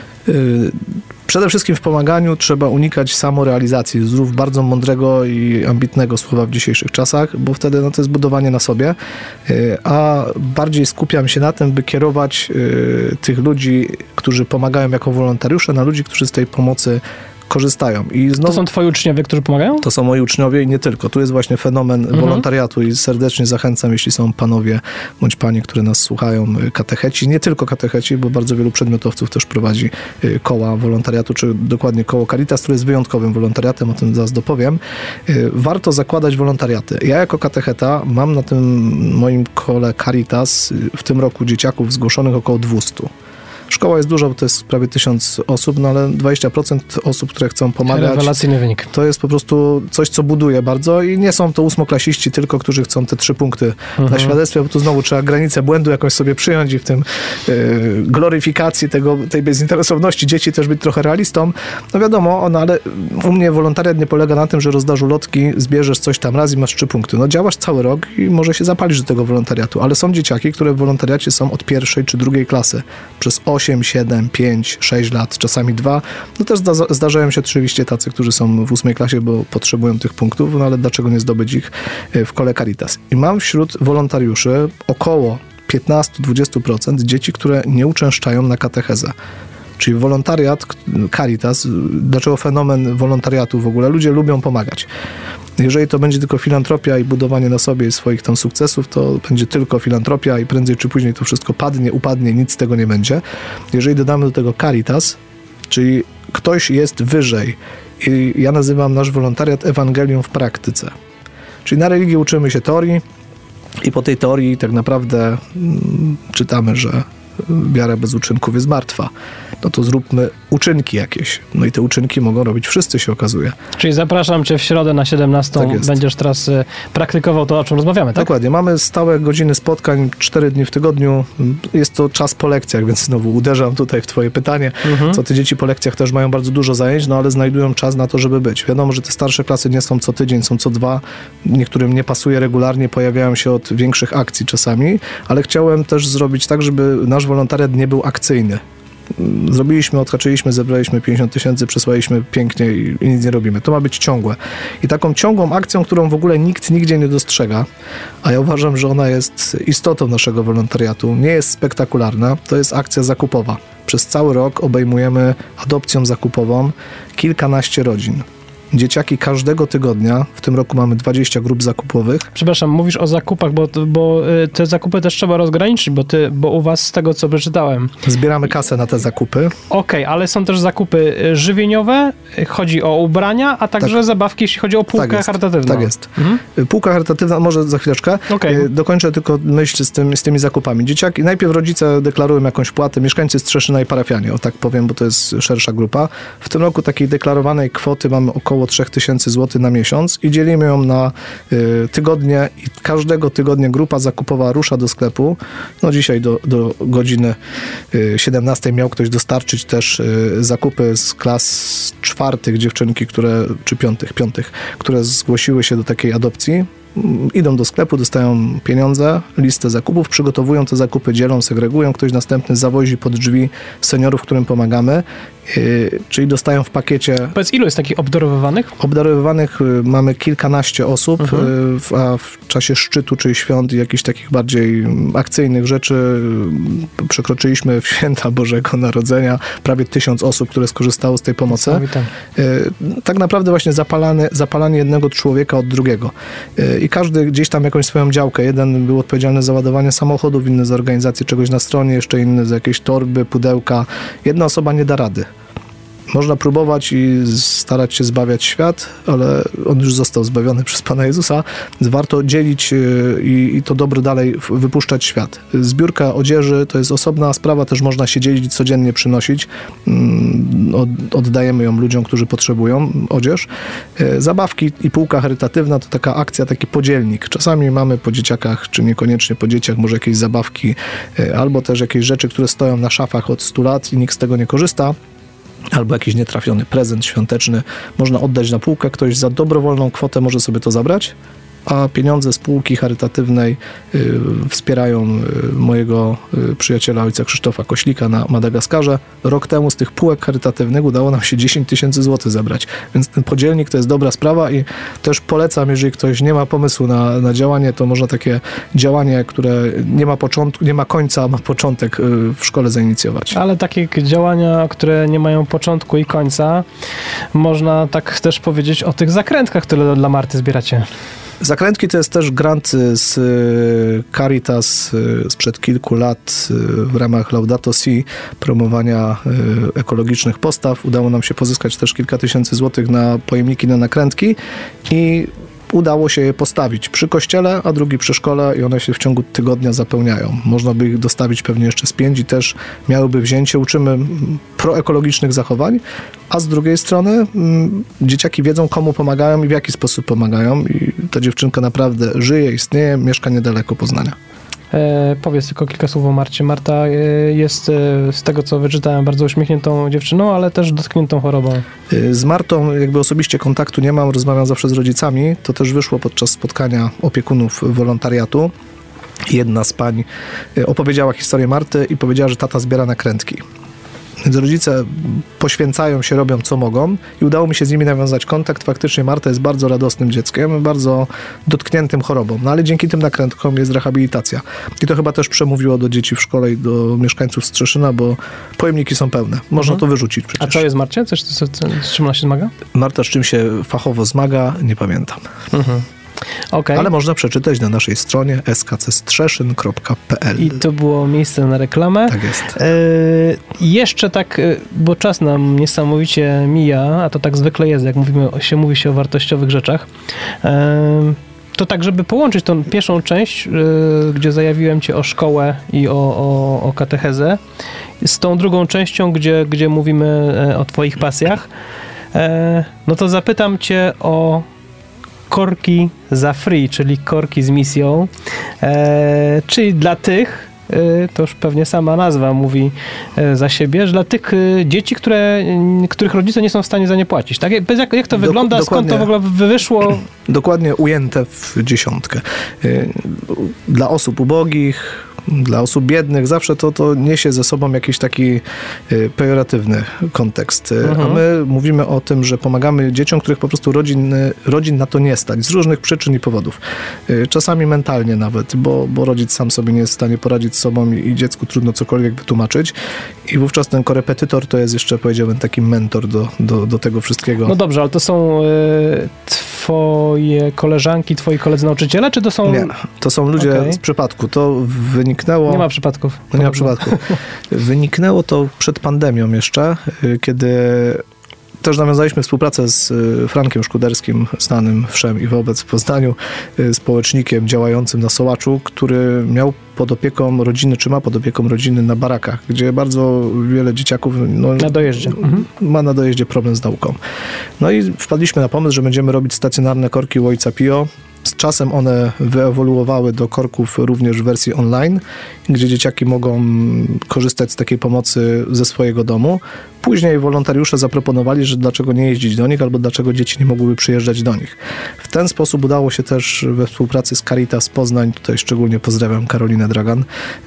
Y- Przede wszystkim w pomaganiu trzeba unikać samorealizacji, znów bardzo mądrego i ambitnego słowa w dzisiejszych czasach, bo wtedy no, to jest budowanie na sobie, a bardziej skupiam się na tym, by kierować y, tych ludzi, którzy pomagają jako wolontariusze, na ludzi, którzy z tej pomocy korzystają. I znowu, to są twoi uczniowie, którzy pomagają? To są moi uczniowie i nie tylko. Tu jest właśnie fenomen mhm. wolontariatu i serdecznie zachęcam, jeśli są panowie bądź panie, które nas słuchają, katecheci, nie tylko katecheci, bo bardzo wielu przedmiotowców też prowadzi koła wolontariatu, czy dokładnie koło Caritas, które jest wyjątkowym wolontariatem, o tym zaraz dopowiem. Warto zakładać wolontariaty. Ja jako katecheta mam na tym moim kole Caritas w tym roku dzieciaków zgłoszonych około dwieście. Szkoła jest duża, bo to jest prawie tysiąc osób, no ale dwadzieścia procent osób, które chcą pomagać. Rewelacyjny wynik. To jest po prostu coś, co buduje bardzo i nie są to ósmoklasiści tylko, którzy chcą te trzy punkty mhm. na świadectwie, bo tu znowu trzeba granicę błędu jakąś sobie przyjąć i w tym yy, gloryfikacji tego, tej bezinteresowności dzieci też być trochę realistą. No wiadomo, no ale u mnie wolontariat nie polega na tym, że rozdasz ulotki, zbierzesz coś tam raz i masz trzy punkty. No działasz cały rok i może się zapalisz do tego wolontariatu, ale są dzieciaki, które w wolontariacie są od pierwszej czy drugiej klasy przez osiem, siedem, pięć, sześć lat, czasami dwa. No też zda- zdarzają się oczywiście tacy, którzy są w ósmej klasie, bo potrzebują tych punktów, no ale dlaczego nie zdobyć ich w kole Caritas? I mam wśród wolontariuszy około piętnaście do dwudziestu procent dzieci, które nie uczęszczają na katechezę. Czyli wolontariat, Caritas, dlaczego fenomen wolontariatu w ogóle? Ludzie lubią pomagać. Jeżeli to będzie tylko filantropia i budowanie na sobie swoich tam sukcesów, to będzie tylko filantropia i prędzej czy później to wszystko padnie, upadnie, nic z tego nie będzie. Jeżeli dodamy do tego Caritas, czyli ktoś jest wyżej i ja nazywam nasz wolontariat Ewangelium w praktyce. Czyli na religii uczymy się teorii i po tej teorii tak naprawdę mm, czytamy, że wiara bez uczynków jest martwa. No to zróbmy uczynki jakieś. No i te uczynki mogą robić wszyscy, się okazuje. Czyli zapraszam cię w środę na siedemnastą. Tak będziesz teraz y, praktykował to, o czym rozmawiamy, tak? Dokładnie. Mamy stałe godziny spotkań, cztery dni w tygodniu. Jest to czas po lekcjach, więc znowu uderzam tutaj w twoje pytanie. Mhm. Co te dzieci po lekcjach też mają bardzo dużo zajęć, no ale znajdują czas na to, żeby być. Wiadomo, że te starsze klasy nie są co tydzień, są co dwa. Niektórym nie pasuje regularnie, pojawiają się od większych akcji czasami, ale chciałem też zrobić tak, żeby nasz wolontariat nie był akcyjny. Zrobiliśmy, odhaczyliśmy, zebraliśmy pięćdziesiąt tysięcy, przesłaliśmy pięknie i, i nic nie robimy. To ma być ciągłe. I taką ciągłą akcją, którą w ogóle nikt nigdzie nie dostrzega, a ja uważam, że ona jest istotą naszego wolontariatu, nie jest spektakularna, to jest akcja zakupowa. Przez cały rok obejmujemy adopcją zakupową kilkanaście rodzin. Dzieciaki każdego tygodnia, w tym roku mamy dwadzieścia grup zakupowych. Przepraszam, mówisz o zakupach, bo, bo te zakupy też trzeba rozgraniczyć, bo, ty, bo u was z tego, co przeczytałem. Zbieramy kasę na te zakupy. Okej, okay, ale są też zakupy żywieniowe, chodzi o ubrania, a także tak. zabawki, jeśli chodzi o półkę tak charytatywną. Tak jest. Mhm. Półka charytatywna, może za chwileczkę. Okay. Dokończę tylko myśl z, tym, z tymi zakupami. Dzieciaki, najpierw rodzice deklarują jakąś płatę, mieszkańcy Strzeszyna i parafianie, o tak powiem, bo to jest szersza grupa. W tym roku takiej deklarowanej kwoty mamy około trzy tysiące złotych na miesiąc i dzielimy ją na y, tygodnie i każdego tygodnia grupa zakupowa rusza do sklepu. No dzisiaj do, do godziny y, siedemnastej miał ktoś dostarczyć też y, zakupy z klas czwartych dziewczynki, które, czy piątych, piątych, które zgłosiły się do takiej adopcji. Idą do sklepu, dostają pieniądze, listę zakupów, przygotowują te zakupy, dzielą, segregują, ktoś następny zawozi pod drzwi seniorów, którym pomagamy, yy, czyli dostają w pakiecie... Powiedz, ilu jest takich obdarowywanych? Obdarowywanych yy, mamy kilkanaście osób, mhm. yy, a w czasie szczytu, czyli świąt i jakichś takich bardziej akcyjnych rzeczy yy, przekroczyliśmy w święta Bożego Narodzenia prawie tysiąc osób, które skorzystało z tej pomocy. Yy, tak naprawdę właśnie zapalanie, zapalanie jednego człowieka od drugiego. Yy, I każdy gdzieś tam jakąś swoją działkę. Jeden był odpowiedzialny za ładowanie samochodów, inny za organizację czegoś na stronie, jeszcze inny za jakieś torby, pudełka. Jedna osoba nie da rady. Można próbować i starać się zbawiać świat, ale on już został zbawiony przez Pana Jezusa. Warto dzielić i, i to dobro dalej wypuszczać w świat. Zbiórka odzieży to jest osobna sprawa, też można się dzielić, codziennie przynosić. Oddajemy ją ludziom, którzy potrzebują odzież. Zabawki i półka charytatywna to taka akcja, taki podzielnik. Czasami mamy po dzieciakach, czy niekoniecznie po dzieciach, może jakieś zabawki, albo też jakieś rzeczy, które stoją na szafach od stu lat i nikt z tego nie korzysta. Albo jakiś nietrafiony prezent świąteczny można oddać na półkę, ktoś za dobrowolną kwotę może sobie to zabrać, a pieniądze z półki charytatywnej y, wspierają y, mojego y, przyjaciela ojca Krzysztofa Koślika na Madagaskarze. Rok temu z tych półek charytatywnych udało nam się dziesięć tysięcy złotych zebrać, więc ten podzielnik to jest dobra sprawa i też polecam, jeżeli ktoś nie ma pomysłu na, na działanie, to można takie działanie, które nie ma początku, nie ma końca, a ma początek y, w szkole zainicjować. Ale takie działania, które nie mają początku i końca, można tak też powiedzieć o tych zakrętkach, które dla Marty zbieracie. Zakrętki to jest też grant z Caritas sprzed kilku lat w ramach Laudato Si, promowania ekologicznych postaw. Udało nam się pozyskać też kilka tysięcy złotych na pojemniki na nakrętki i udało się je postawić przy kościele, a drugi przy szkole i one się w ciągu tygodnia zapełniają. Można by ich dostawić pewnie jeszcze z pięć i też miałyby wzięcie. Uczymy proekologicznych zachowań, a z drugiej strony m, dzieciaki wiedzą, komu pomagają i w jaki sposób pomagają i ta dziewczynka naprawdę żyje, istnieje, mieszka niedaleko Poznania. E, powiedz tylko kilka słów o Marcie. Marta e, jest, e, z tego co wyczytałem, bardzo uśmiechniętą dziewczyną, ale też dotkniętą chorobą. E, z Martą jakby osobiście kontaktu nie mam, rozmawiam zawsze z rodzicami. To też wyszło podczas spotkania opiekunów wolontariatu. Jedna z pań opowiedziała historię Marty i powiedziała, że tata zbiera nakrętki. Więc rodzice poświęcają się, robią co mogą i udało mi się z nimi nawiązać kontakt. Faktycznie Marta jest bardzo radosnym dzieckiem, bardzo dotkniętym chorobą, no ale dzięki tym nakrętkom jest rehabilitacja. I to chyba też przemówiło do dzieci w szkole i do mieszkańców Strzeszyna, bo pojemniki są pełne. Można mhm. to wyrzucić przecież. A co jest Marcie? Coś, co, co, z czym ona się zmaga? Marta z czym się fachowo zmaga, nie pamiętam. Mhm. Okay. Ale można przeczytać na naszej stronie s k c strzeszyn kropka p l. I to było miejsce na reklamę. Tak jest. E, jeszcze tak, bo czas nam niesamowicie mija, a to tak zwykle jest, jak mówimy, się mówi się o wartościowych rzeczach. E, to tak, żeby połączyć tą pierwszą część, e, gdzie zajawiłem cię o szkołę i o, o, o katechezę, z tą drugą częścią, gdzie, gdzie mówimy o twoich pasjach, e, no to zapytam cię o korki za free, czyli korki z misją, e, czyli dla tych, e, to już pewnie sama nazwa mówi e, za siebie, że dla tych e, dzieci, które, których rodzice nie są w stanie za nie płacić. Tak? Jak, jak to Dok- wygląda? Skąd to w ogóle wyszło? Dokładnie ujęte w dziesiątkę. E, dla osób ubogich, dla osób biednych, zawsze to, to niesie ze sobą jakiś taki y, pejoratywny kontekst. Mhm. A my mówimy o tym, że pomagamy dzieciom, których po prostu rodzin, rodzin na to nie stać, z różnych przyczyn i powodów. Y, czasami mentalnie nawet, bo, bo rodzic sam sobie nie jest w stanie poradzić z sobą i, i dziecku trudno cokolwiek wytłumaczyć. I wówczas ten korepetytor to jest jeszcze, powiedziałbym, taki mentor do, do, do tego wszystkiego. No dobrze, ale to są y, twoje koleżanki, twoi koledzy nauczyciele, czy to są... Nie, to są ludzie okay. z przypadku. To wyniknęło... Nie ma przypadków. No nie ma przypadków. Wyniknęło to przed pandemią jeszcze, kiedy też nawiązaliśmy współpracę z Frankiem Szkuderskim, znanym wszem i wobec w Poznaniu, społecznikiem działającym na Sołaczu, który miał pod opieką rodziny, czy ma pod opieką rodziny na barakach, gdzie bardzo wiele dzieciaków no, na dojeździe. Mhm. ma na dojeździe problem z nauką. No i wpadliśmy na pomysł, że będziemy robić stacjonarne korki u Ojca Pio. Z czasem one wyewoluowały do korków również w wersji online, gdzie dzieciaki mogą korzystać z takiej pomocy ze swojego domu. Później wolontariusze zaproponowali, że dlaczego nie jeździć do nich, albo dlaczego dzieci nie mogłyby przyjeżdżać do nich. W ten sposób udało się też we współpracy z Caritas Poznań, tutaj szczególnie pozdrawiam Karolinę Dragan,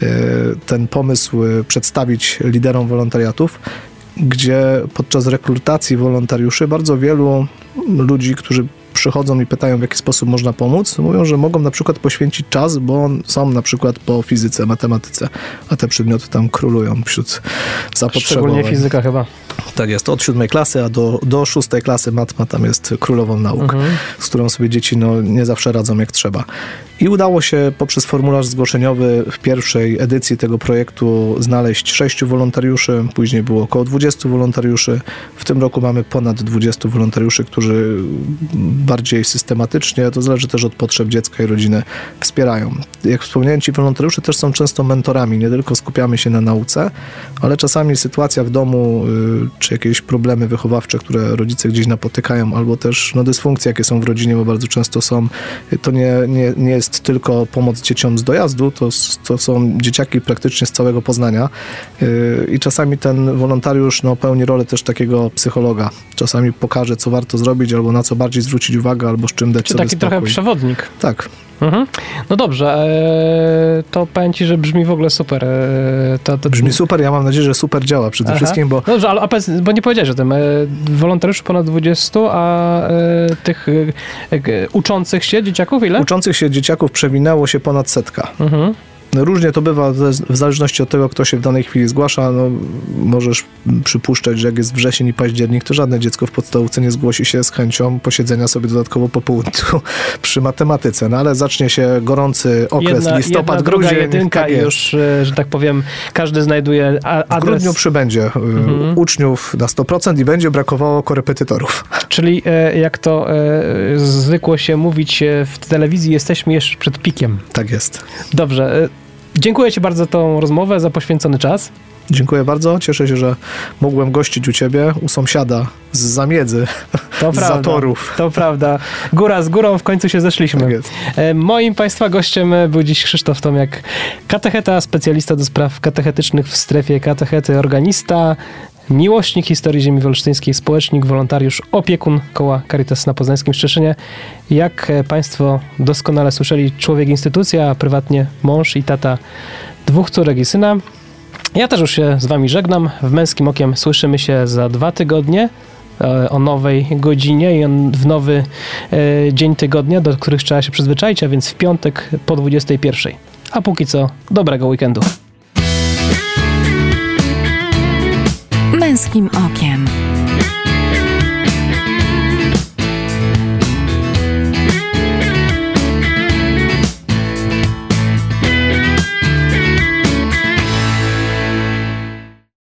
ten pomysł przedstawić liderom wolontariatów, gdzie podczas rekrutacji wolontariuszy bardzo wielu ludzi, którzy przychodzą i pytają, w jaki sposób można pomóc, mówią, że mogą na przykład poświęcić czas, bo są na przykład po fizyce, matematyce, a te przedmioty tam królują wśród zapotrzebowań. Szczególnie fizyka chyba. Tak jest, od siódmej klasy, a do, do szóstej klasy matma tam jest królową nauk, mhm. z którą sobie dzieci no, nie zawsze radzą jak trzeba. I udało się poprzez formularz zgłoszeniowy w pierwszej edycji tego projektu znaleźć sześciu wolontariuszy, później było około dwudziestu wolontariuszy. W tym roku mamy ponad dwudziestu wolontariuszy, którzy bardziej systematycznie, to zależy też od potrzeb dziecka i rodziny, wspierają. Jak wspomniałem, ci wolontariusze też są często mentorami, nie tylko skupiamy się na nauce, ale czasami sytuacja w domu, czy jakieś problemy wychowawcze, które rodzice gdzieś napotykają, albo też no, dysfunkcje, jakie są w rodzinie, bo bardzo często są, to nie, nie, nie jest tylko pomoc dzieciom z dojazdu, to, to są dzieciaki praktycznie z całego Poznania i czasami ten wolontariusz no, pełni rolę też takiego psychologa. Czasami pokaże, co warto zrobić, albo na co bardziej zwrócić uwagę, albo z czym dać Czy sobie taki spokój. trochę przewodnik. Tak. Mhm. No dobrze, e, to powiem ci, że brzmi w ogóle super. E, to, to... Brzmi super, ja mam nadzieję, że super działa przede Aha. wszystkim, bo... Dobrze, ale, a powiedz, bo nie powiedziałeś o tym. E, wolontariuszy ponad dwudziestu, a e, tych e, e, uczących się dzieciaków ile? Uczących się dzieciaków przewinęło się ponad setka. Mhm. Różnie to bywa w zależności od tego, kto się w danej chwili zgłasza. No, możesz przypuszczać, że jak jest wrzesień i październik, to żadne dziecko w podstawówce nie zgłosi się z chęcią posiedzenia sobie dodatkowo po południu przy matematyce. No ale zacznie się gorący okres, jedna, listopad, jedna, grudzień. Druga, jedynka i już, że tak powiem, każdy znajduje adres. W grudniu przybędzie mhm. uczniów na sto procent i będzie brakowało korepetytorów. Czyli jak to zwykło się mówić w telewizji, jesteśmy jeszcze przed pikiem. Tak jest. Dobrze. Dziękuję ci bardzo za tą rozmowę, za poświęcony czas. Dziękuję bardzo. Cieszę się, że mogłem gościć u ciebie, u sąsiada z Zamiedzy, to z prawda, Zatorów. To prawda. Góra z górą, w końcu się zeszliśmy. Tak jest. Moim Państwa gościem był dziś Krzysztof Tomiak, katecheta, specjalista do spraw katechetycznych w strefie katechety, organista, miłośnik historii ziemi wolsztyńskiej, społecznik, wolontariusz, opiekun koła Caritas na Poznańskim Szczeszynie. Jak Państwo doskonale słyszeli, człowiek instytucja, a prywatnie mąż i tata dwóch córek i syna. Ja też już się z Wami żegnam. W Męskim Okiem słyszymy się za dwa tygodnie o nowej godzinie i w nowy e, dzień tygodnia, do których trzeba się przyzwyczaić, a więc w piątek po dwudziestej pierwszej. A póki co, dobrego weekendu. Męskim Okiem.